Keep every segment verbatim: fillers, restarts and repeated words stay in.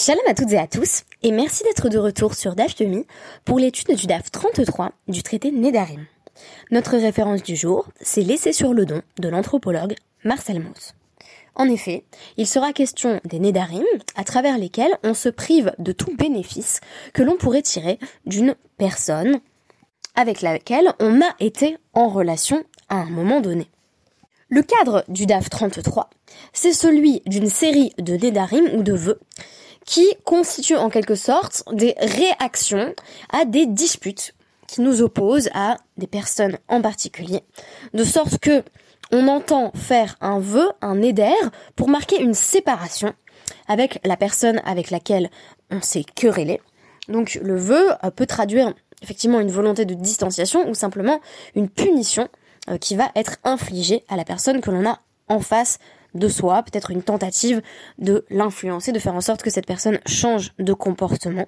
Shalom à toutes et à tous, et merci d'être de retour sur Daf Yomi pour l'étude du Daf trente-trois du traité Nedarim. Notre référence du jour, c'est l'essai sur le don de l'anthropologue Marcel Mauss. En effet, il sera question des Nedarim à travers lesquels on se prive de tout bénéfice que l'on pourrait tirer d'une personne avec laquelle on a été en relation à un moment donné. Le cadre du Daf trente-trois, c'est celui d'une série de Nedarim ou de vœux qui constituent en quelque sorte des réactions à des disputes qui nous opposent à des personnes en particulier, de sorte que on entend faire un vœu, un néder, pour marquer une séparation avec la personne avec laquelle on s'est querellé. Donc le vœu peut traduire effectivement une volonté de distanciation ou simplement une punition qui va être infligée à la personne que l'on a en face de soi, peut-être une tentative de l'influencer, de faire en sorte que cette personne change de comportement.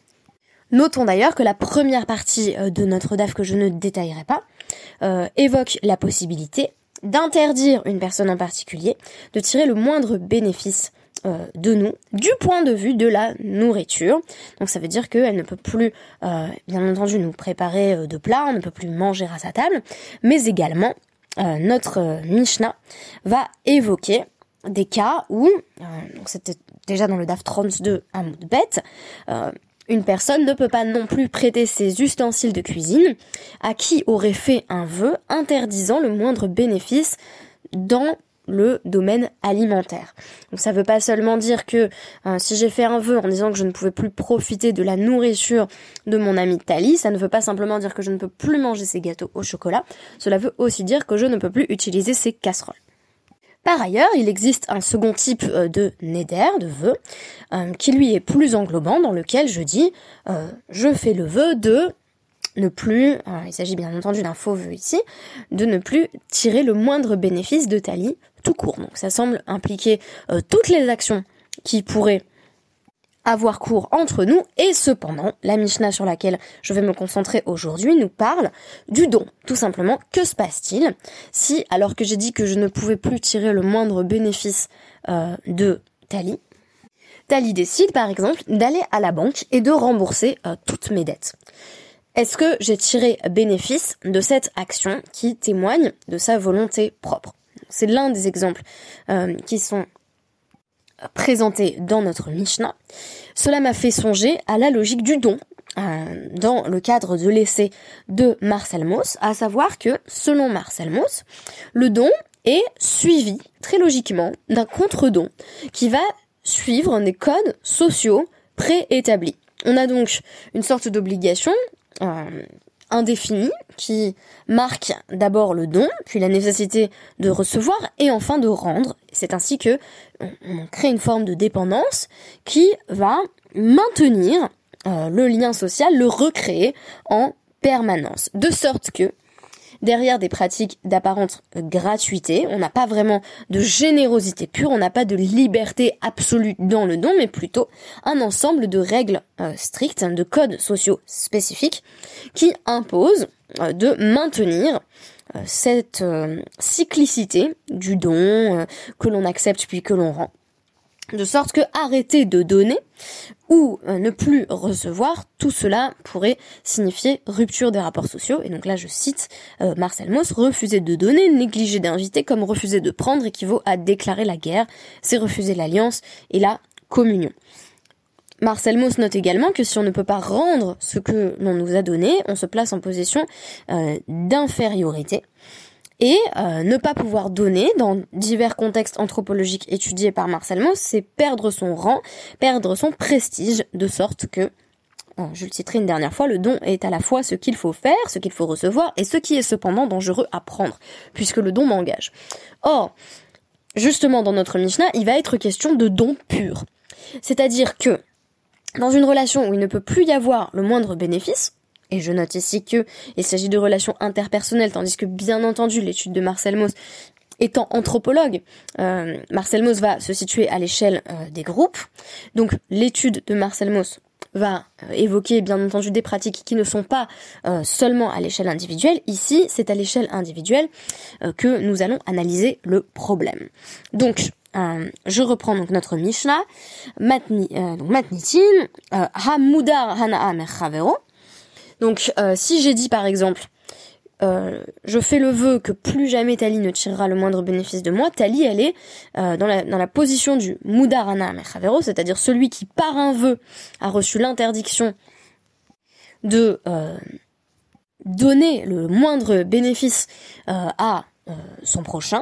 Notons d'ailleurs que la première partie de notre D A F, que je ne détaillerai pas, euh, évoque la possibilité d'interdire une personne en particulier de tirer le moindre bénéfice euh, de nous, du point de vue de la nourriture. Donc ça veut dire qu'elle ne peut plus, euh, bien entendu, nous préparer euh, de plats, on ne peut plus manger à sa table, mais également Euh, notre euh, Mishnah va évoquer des cas où, euh, donc c'était déjà dans le Daf trente-deux à Moudbet, euh, une personne ne peut pas non plus prêter ses ustensiles de cuisine à qui aurait fait un vœu interdisant le moindre bénéfice dans le domaine alimentaire. Donc ça veut pas seulement dire que euh, si j'ai fait un vœu en disant que je ne pouvais plus profiter de la nourriture de mon ami Tali, ça ne veut pas simplement dire que je ne peux plus manger ses gâteaux au chocolat, cela veut aussi dire que je ne peux plus utiliser ses casseroles. Par ailleurs, il existe un second type euh, de néder, de vœu, euh, qui lui est plus englobant, dans lequel je dis euh, je fais le vœu de ne plus, euh, il s'agit bien entendu d'un faux vœu ici, de ne plus tirer le moindre bénéfice de Tali tout court. Donc ça semble impliquer euh, toutes les actions qui pourraient avoir cours entre nous, et cependant, la Mishnah sur laquelle je vais me concentrer aujourd'hui nous parle du don. Tout simplement, que se passe-t-il si, alors que j'ai dit que je ne pouvais plus tirer le moindre bénéfice euh, de Tali, Tali décide par exemple d'aller à la banque et de rembourser euh, toutes mes dettes. Est-ce que j'ai tiré bénéfice de cette action qui témoigne de sa volonté propre? C'est l'un des exemples euh, qui sont présentés dans notre Mishnah. Cela m'a fait songer à la logique du don euh, dans le cadre de l'essai de Marcel Mauss, à savoir que, selon Marcel Mauss, le don est suivi très logiquement d'un contre-don qui va suivre des codes sociaux préétablis. On a donc une sorte d'obligation Euh, indéfini qui marque d'abord le don, puis la nécessité de recevoir et enfin de rendre. C'est ainsi que on, on crée une forme de dépendance qui va maintenir euh, le lien social, le recréer en permanence, de sorte que derrière des pratiques d'apparente gratuité, on n'a pas vraiment de générosité pure, on n'a pas de liberté absolue dans le don, mais plutôt un ensemble de règles euh, strictes, de codes sociaux spécifiques qui imposent euh, de maintenir euh, cette euh, cyclicité du don euh, que l'on accepte puis que l'on rend. De sorte que arrêter de donner ou euh, ne plus recevoir, tout cela pourrait signifier rupture des rapports sociaux. Et donc là, je cite euh, Marcel Mauss, refuser de donner, négliger d'inviter, comme refuser de prendre équivaut à déclarer la guerre, c'est refuser l'alliance et la communion. Marcel Mauss note également que si on ne peut pas rendre ce que l'on nous a donné, on se place en position euh, d'infériorité. Et euh, ne pas pouvoir donner, dans divers contextes anthropologiques étudiés par Marcel Mauss, c'est perdre son rang, perdre son prestige, de sorte que, bon, je le citerai une dernière fois, le don est à la fois ce qu'il faut faire, ce qu'il faut recevoir, et ce qui est cependant dangereux à prendre, puisque le don m'engage. Or, justement dans notre Mishnah, il va être question de don pur. C'est-à-dire que, dans une relation où il ne peut plus y avoir le moindre bénéfice, et je note ici que il s'agit de relations interpersonnelles, tandis que bien entendu l'étude de Marcel Mauss étant anthropologue, euh, Marcel Mauss va se situer à l'échelle euh, des groupes. Donc l'étude de Marcel Mauss va euh, évoquer bien entendu des pratiques qui ne sont pas euh, seulement à l'échelle individuelle. Ici, c'est à l'échelle individuelle euh, que nous allons analyser le problème. Donc Euh, je reprends donc notre Mishnah, Matni, euh, donc Matnitin, euh, Hamudar Hana'a Merchavero. Donc euh, si j'ai dit par exemple, euh, je fais le vœu que plus jamais Tali ne tirera le moindre bénéfice de moi, Tali elle est euh, dans, la, dans la position du Mudar Hana'a Merchavero, c'est-à-dire celui qui par un vœu a reçu l'interdiction de euh, donner le moindre bénéfice euh, à euh, son prochain.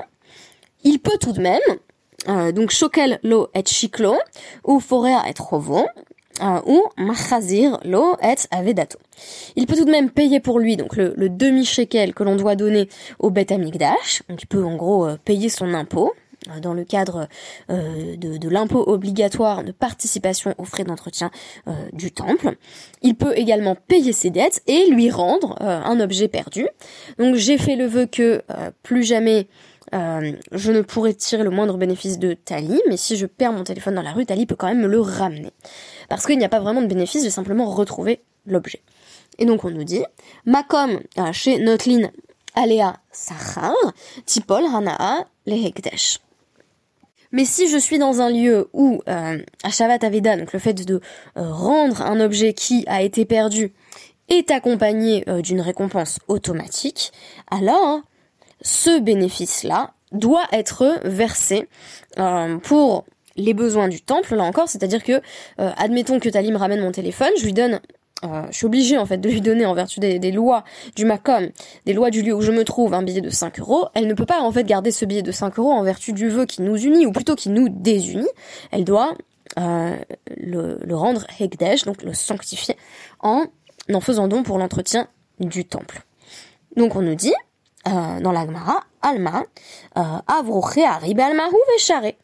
Il peut tout de même Euh, donc shokel lo et shiklo ou forea et rovo euh, ou machazir lo et avedato. Il peut tout de même payer pour lui donc le, le demi shekel que l'on doit donner au Beth Amikdash. Donc il peut en gros euh, payer son impôt euh, dans le cadre euh, de, de l'impôt obligatoire de participation aux frais d'entretien euh, du temple. Il peut également payer ses dettes et lui rendre euh, un objet perdu. Donc j'ai fait le vœu que euh, plus jamais Euh, je ne pourrais tirer le moindre bénéfice de Tali, mais si je perds mon téléphone dans la rue, Tali peut quand même me le ramener. Parce qu'il n'y a pas vraiment de bénéfice, j'ai simplement retrouvé l'objet. Et donc on nous dit, Makom euh, chez Notlin Alea Sachar, Tipol Hana'a Lehekdesh. Mais si je suis dans un lieu où euh, Ashavat Aveda, donc le fait de euh, rendre un objet qui a été perdu, est accompagné euh, d'une récompense automatique, alors ce bénéfice-là doit être versé euh, pour les besoins du temple, là encore, c'est-à-dire que, euh, admettons que Tali me ramène mon téléphone, je lui donne, euh, je suis obligée en fait de lui donner en vertu des, des lois du Makom, des lois du lieu où je me trouve, un billet de cinq euros, elle ne peut pas en fait garder ce billet de cinq euros en vertu du vœu qui nous unit, ou plutôt qui nous désunit, elle doit euh, le, le rendre Hekdesh, donc le sanctifier, en en faisant don pour l'entretien du temple. Donc on nous dit, Euh, dans la Gemara, Alma, Avrocheari Balmahu Veshare.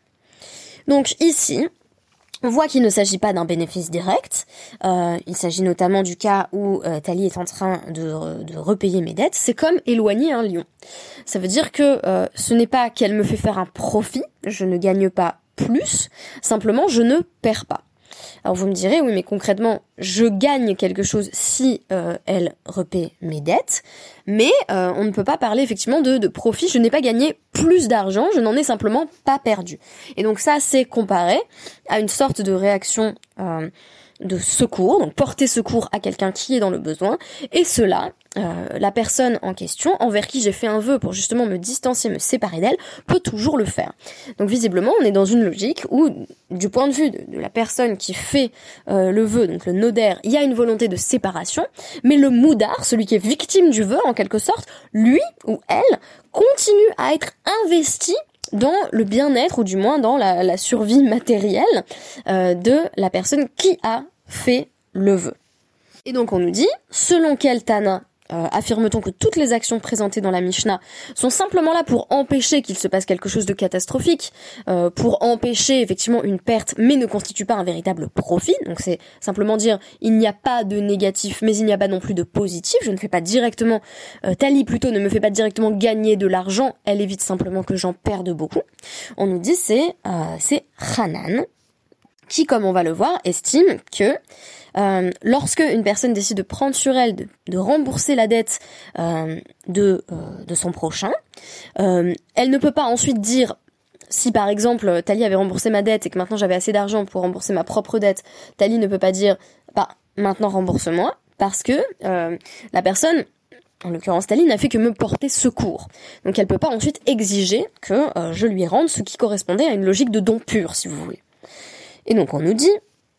Donc ici, on voit qu'il ne s'agit pas d'un bénéfice direct. Euh, il s'agit notamment du cas où euh, Tali est en train de, de repayer mes dettes. C'est comme éloigner un lion. Ça veut dire que euh, ce n'est pas qu'elle me fait faire un profit, je ne gagne pas plus, simplement je ne perds pas. Alors vous me direz, oui mais concrètement, je gagne quelque chose si euh, elle repaie mes dettes, mais euh, on ne peut pas parler effectivement de, de profit, je n'ai pas gagné plus d'argent, je n'en ai simplement pas perdu. Et donc ça c'est comparé à une sorte de réaction euh, de secours, donc porter secours à quelqu'un qui est dans le besoin, et cela, euh, la personne en question, envers qui j'ai fait un vœu pour justement me distancier, me séparer d'elle, peut toujours le faire. Donc visiblement, on est dans une logique où, du point de vue de, de la personne qui fait euh, le vœu, donc le nodaire, il y a une volonté de séparation, mais le moudar, celui qui est victime du vœu en quelque sorte, lui ou elle, continue à être investi dans le bien-être, ou du moins dans la, la survie matérielle euh, de la personne qui a fait le vœu. Et donc on nous dit, selon quel Tana euh, affirme-t-on que toutes les actions présentées dans la Mishnah sont simplement là pour empêcher qu'il se passe quelque chose de catastrophique, euh, pour empêcher effectivement une perte, mais ne constituent pas un véritable profit. Donc c'est simplement dire, il n'y a pas de négatif, mais il n'y a pas non plus de positif. Je ne fais pas directement, euh, Tali plutôt ne me fait pas directement gagner de l'argent, elle évite simplement que j'en perde beaucoup. On nous dit, c'est euh, c'est Hanan, qui, comme on va le voir, estime que euh, lorsque une personne décide de prendre sur elle, de, de rembourser la dette euh, de, euh, de son prochain, euh, elle ne peut pas ensuite dire, si par exemple Tali avait remboursé ma dette et que maintenant j'avais assez d'argent pour rembourser ma propre dette, Tali ne peut pas dire, bah maintenant rembourse-moi, parce que euh, la personne, en l'occurrence Tali, n'a fait que me porter secours. Donc elle peut pas ensuite exiger que euh, je lui rende ce qui correspondait à une logique de don pur, si vous voulez. Et donc on nous dit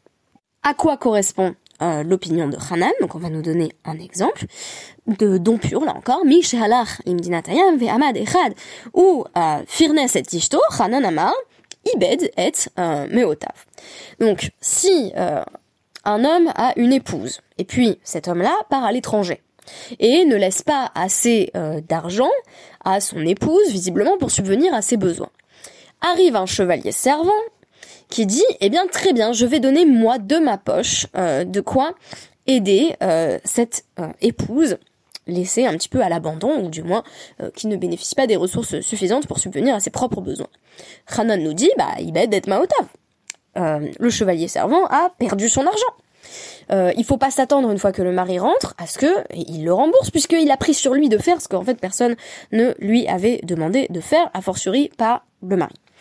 à quoi correspond euh, l'opinion de Hanan. Donc on va nous donner un exemple de don pur, là encore. Mi shehalach im dinatayam ve amad echad ou firnes et tishto Hanan amar ibed et euh, meotav. Donc si euh, un homme a une épouse et puis cet homme-là part à l'étranger et ne laisse pas assez euh, d'argent à son épouse visiblement pour subvenir à ses besoins, arrive un chevalier servant qui dit, eh bien très bien, je vais donner moi de ma poche euh, de quoi aider euh, cette euh, épouse laissée un petit peu à l'abandon, ou du moins euh, qui ne bénéficie pas des ressources suffisantes pour subvenir à ses propres besoins. Hanan nous dit, bah ibed et maotav. Euh, le chevalier servant a perdu son argent. Euh, il faut pas s'attendre une fois que le mari rentre à ce que il le rembourse, puisqu'il a pris sur lui de faire ce qu'en fait personne ne lui avait demandé de faire, a fortiori pas le mari.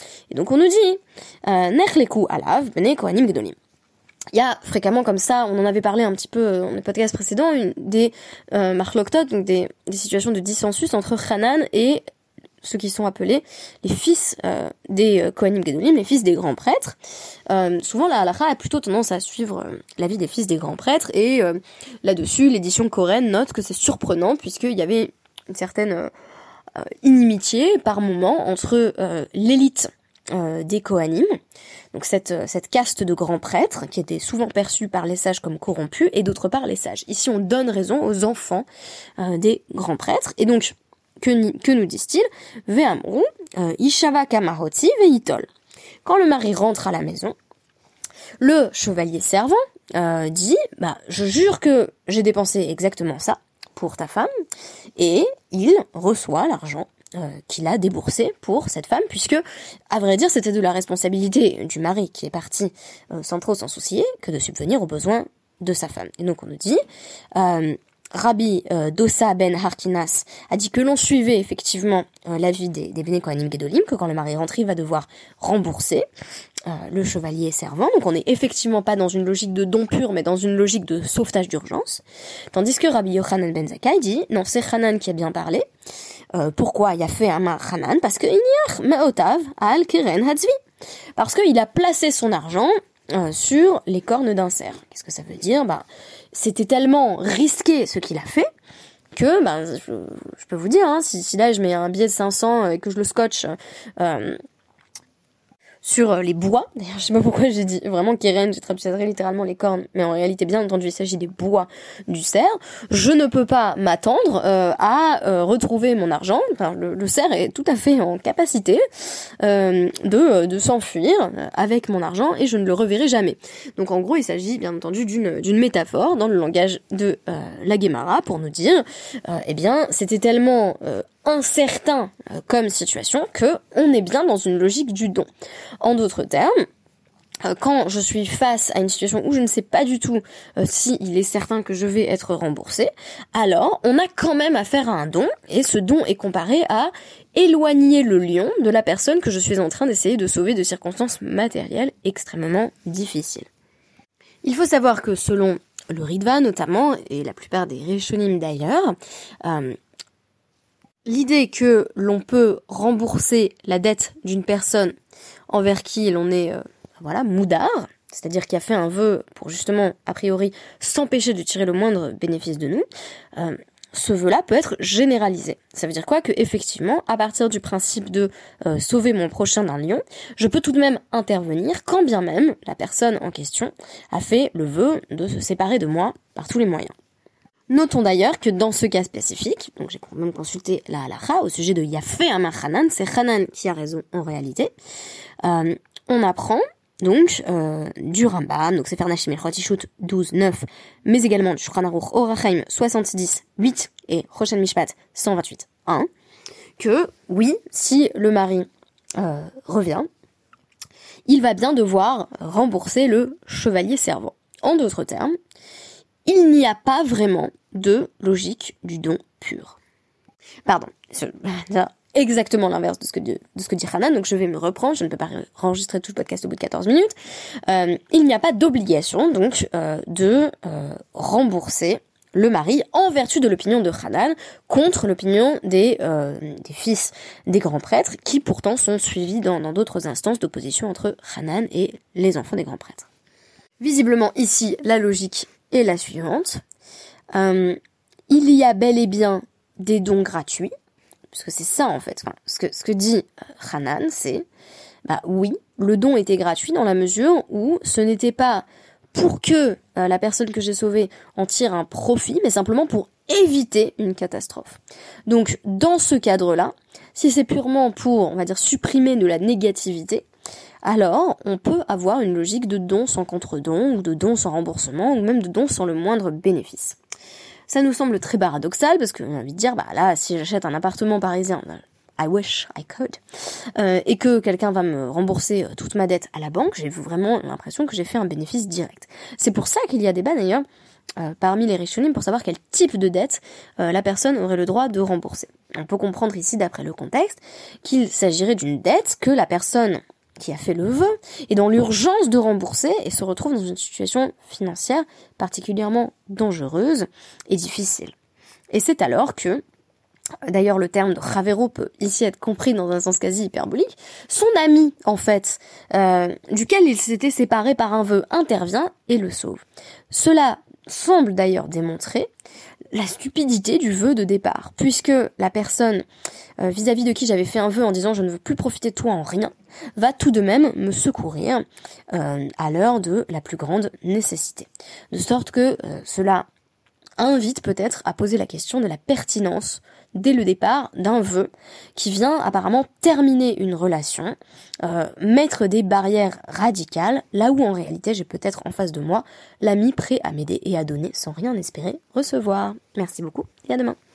Et donc on nous dit, Nech leku alav bnei kohanim gedolim. Il y a fréquemment comme ça, on en avait parlé un petit peu dans les podcasts précédents, une, des euh, marloktot, donc des, des situations de dissensus entre Hanan et ceux qui sont appelés les fils euh, des euh, Kohanim Gedolim, les fils des grands prêtres. Euh, souvent la halakha a plutôt tendance à suivre euh, l'avis des fils des grands prêtres, et euh, là-dessus l'édition Koren note que c'est surprenant puisqu'il y avait une certaine euh, euh, inimitié par moment entre euh, l'élite Euh, des Kohanim, donc cette, cette caste de grands prêtres qui était souvent perçue par les sages comme corrompus, et d'autre part les sages. Ici on donne raison aux enfants euh, des grands prêtres, et donc que, que nous disent-ils? Ve'amru ishava kamahoti ve'itol. Quand le mari rentre à la maison, le chevalier servant euh, dit bah je jure que j'ai dépensé exactement ça pour ta femme, et il reçoit l'argent Euh, qu'il a déboursé pour cette femme, puisque, à vrai dire, c'était de la responsabilité du mari qui est parti euh, sans trop s'en soucier que de subvenir aux besoins de sa femme. Et donc on nous dit, euh, Rabbi euh, Dossa ben Harkinas a dit que l'on suivait effectivement euh, l'avis des, des Bnei Kohanim Gedolim, que quand le mari rentre, il va devoir rembourser euh, le chevalier servant. Donc on n'est effectivement pas dans une logique de don pur, mais dans une logique de sauvetage d'urgence. Tandis que Rabbi Yochanan ben Zakkai dit, non, c'est Hanan qui a bien parlé. Euh, pourquoi il a fait un Hanan? Parce que Inyach me'otav al keren hatzvi. Parce qu'il a placé son argent euh, sur les cornes d'un cerf. Qu'est-ce que ça veut dire? Bah, c'était tellement risqué ce qu'il a fait que, bah, je, je peux vous dire, hein, si, si là je mets un billet de cinq cents et que je le scotche euh, sur les bois, d'ailleurs je sais pas pourquoi j'ai dit vraiment keren, j'ai traduit ça très littéralement les cornes, mais en réalité bien entendu il s'agit des bois du cerf, je ne peux pas m'attendre euh, à euh, retrouver mon argent. Enfin, le, le cerf est tout à fait en capacité euh, de, de s'enfuir avec mon argent, et je ne le reverrai jamais. Donc en gros il s'agit bien entendu d'une, d'une métaphore dans le langage de euh, la Guémara pour nous dire euh, eh bien c'était tellement euh, incertain euh, comme situation que on est bien dans une logique du don. En d'autres termes, euh, quand je suis face à une situation où je ne sais pas du tout euh, si il est certain que je vais être remboursé, alors on a quand même affaire à un don, et ce don est comparé à éloigner le lion de la personne que je suis en train d'essayer de sauver de circonstances matérielles extrêmement difficiles. Il faut savoir que selon le Ritva notamment, et la plupart des Rishonim d'ailleurs, euh, l'idée que l'on peut rembourser la dette d'une personne envers qui l'on est, euh, voilà, moudar, c'est-à-dire qui a fait un vœu pour justement, a priori, s'empêcher de tirer le moindre bénéfice de nous, euh, ce vœu-là peut être généralisé. Ça veut dire quoi? Que effectivement, à partir du principe de euh, sauver mon prochain d'un lion, je peux tout de même intervenir, quand bien même la personne en question a fait le vœu de se séparer de moi par tous les moyens. Notons d'ailleurs que dans ce cas spécifique, donc j'ai quand même consulté la halakha au sujet de Yafé Amar Hanan, c'est Hanan qui a raison en réalité, euh, on apprend donc euh, du Rambam, donc c'est Fernachim el Chotishut douze neuf, mais également du Shulchan Aruch Orachaim soixante-dix huit et Choshen Mishpat cent vingt-huit un, que oui, si le mari euh, revient, il va bien devoir rembourser le chevalier servant. En d'autres termes, il n'y a pas vraiment de logique du don pur. Pardon, c'est exactement l'inverse de ce que dit, de ce que dit Hanan, donc je vais me reprendre, je ne peux pas enregistrer tout le podcast au bout de quatorze minutes. Euh, il n'y a pas d'obligation donc euh, de euh, rembourser le mari en vertu de l'opinion de Hanan contre l'opinion des, euh, des fils des grands prêtres qui pourtant sont suivis dans, dans d'autres instances d'opposition entre Hanan et les enfants des grands prêtres. Visiblement ici la logique est la suivante. Euh, il y a bel et bien des dons gratuits, parce que c'est ça en fait. Enfin, ce que ce que dit Hanan, c'est bah oui, le don était gratuit dans la mesure où ce n'était pas pour que euh, la personne que j'ai sauvée en tire un profit, mais simplement pour éviter une catastrophe. Donc dans ce cadre-là, si c'est purement pour, on va dire, supprimer de la négativité, alors on peut avoir une logique de don sans contre-don, ou de don sans remboursement, ou même de don sans le moindre bénéfice. Ça nous semble très paradoxal, parce qu'on a envie de dire, bah là, si j'achète un appartement parisien, I wish I could, euh, et que quelqu'un va me rembourser toute ma dette à la banque, j'ai vraiment l'impression que j'ai fait un bénéfice direct. C'est pour ça qu'il y a débat d'ailleurs euh, parmi les rishonim pour savoir quel type de dette euh, la personne aurait le droit de rembourser. On peut comprendre ici, d'après le contexte, qu'il s'agirait d'une dette que la personne qui a fait le vœu est dans l'urgence de rembourser et se retrouve dans une situation financière particulièrement dangereuse et difficile. Et c'est alors que, d'ailleurs le terme de Ravero peut ici être compris dans un sens quasi hyperbolique, son ami en fait, euh, duquel il s'était séparé par un vœu, intervient et le sauve. Cela semble d'ailleurs démontrer la stupidité du vœu de départ, puisque la personne euh, vis-à-vis de qui j'avais fait un vœu en disant je ne veux plus profiter de toi en rien, va tout de même me secourir euh, à l'heure de la plus grande nécessité. De sorte que euh, cela invite peut-être à poser la question de la pertinence dès le départ d'un vœu qui vient apparemment terminer une relation, euh, mettre des barrières radicales, là où en réalité j'ai peut-être en face de moi l'ami prêt à m'aider et à donner sans rien espérer recevoir. Merci beaucoup et à demain.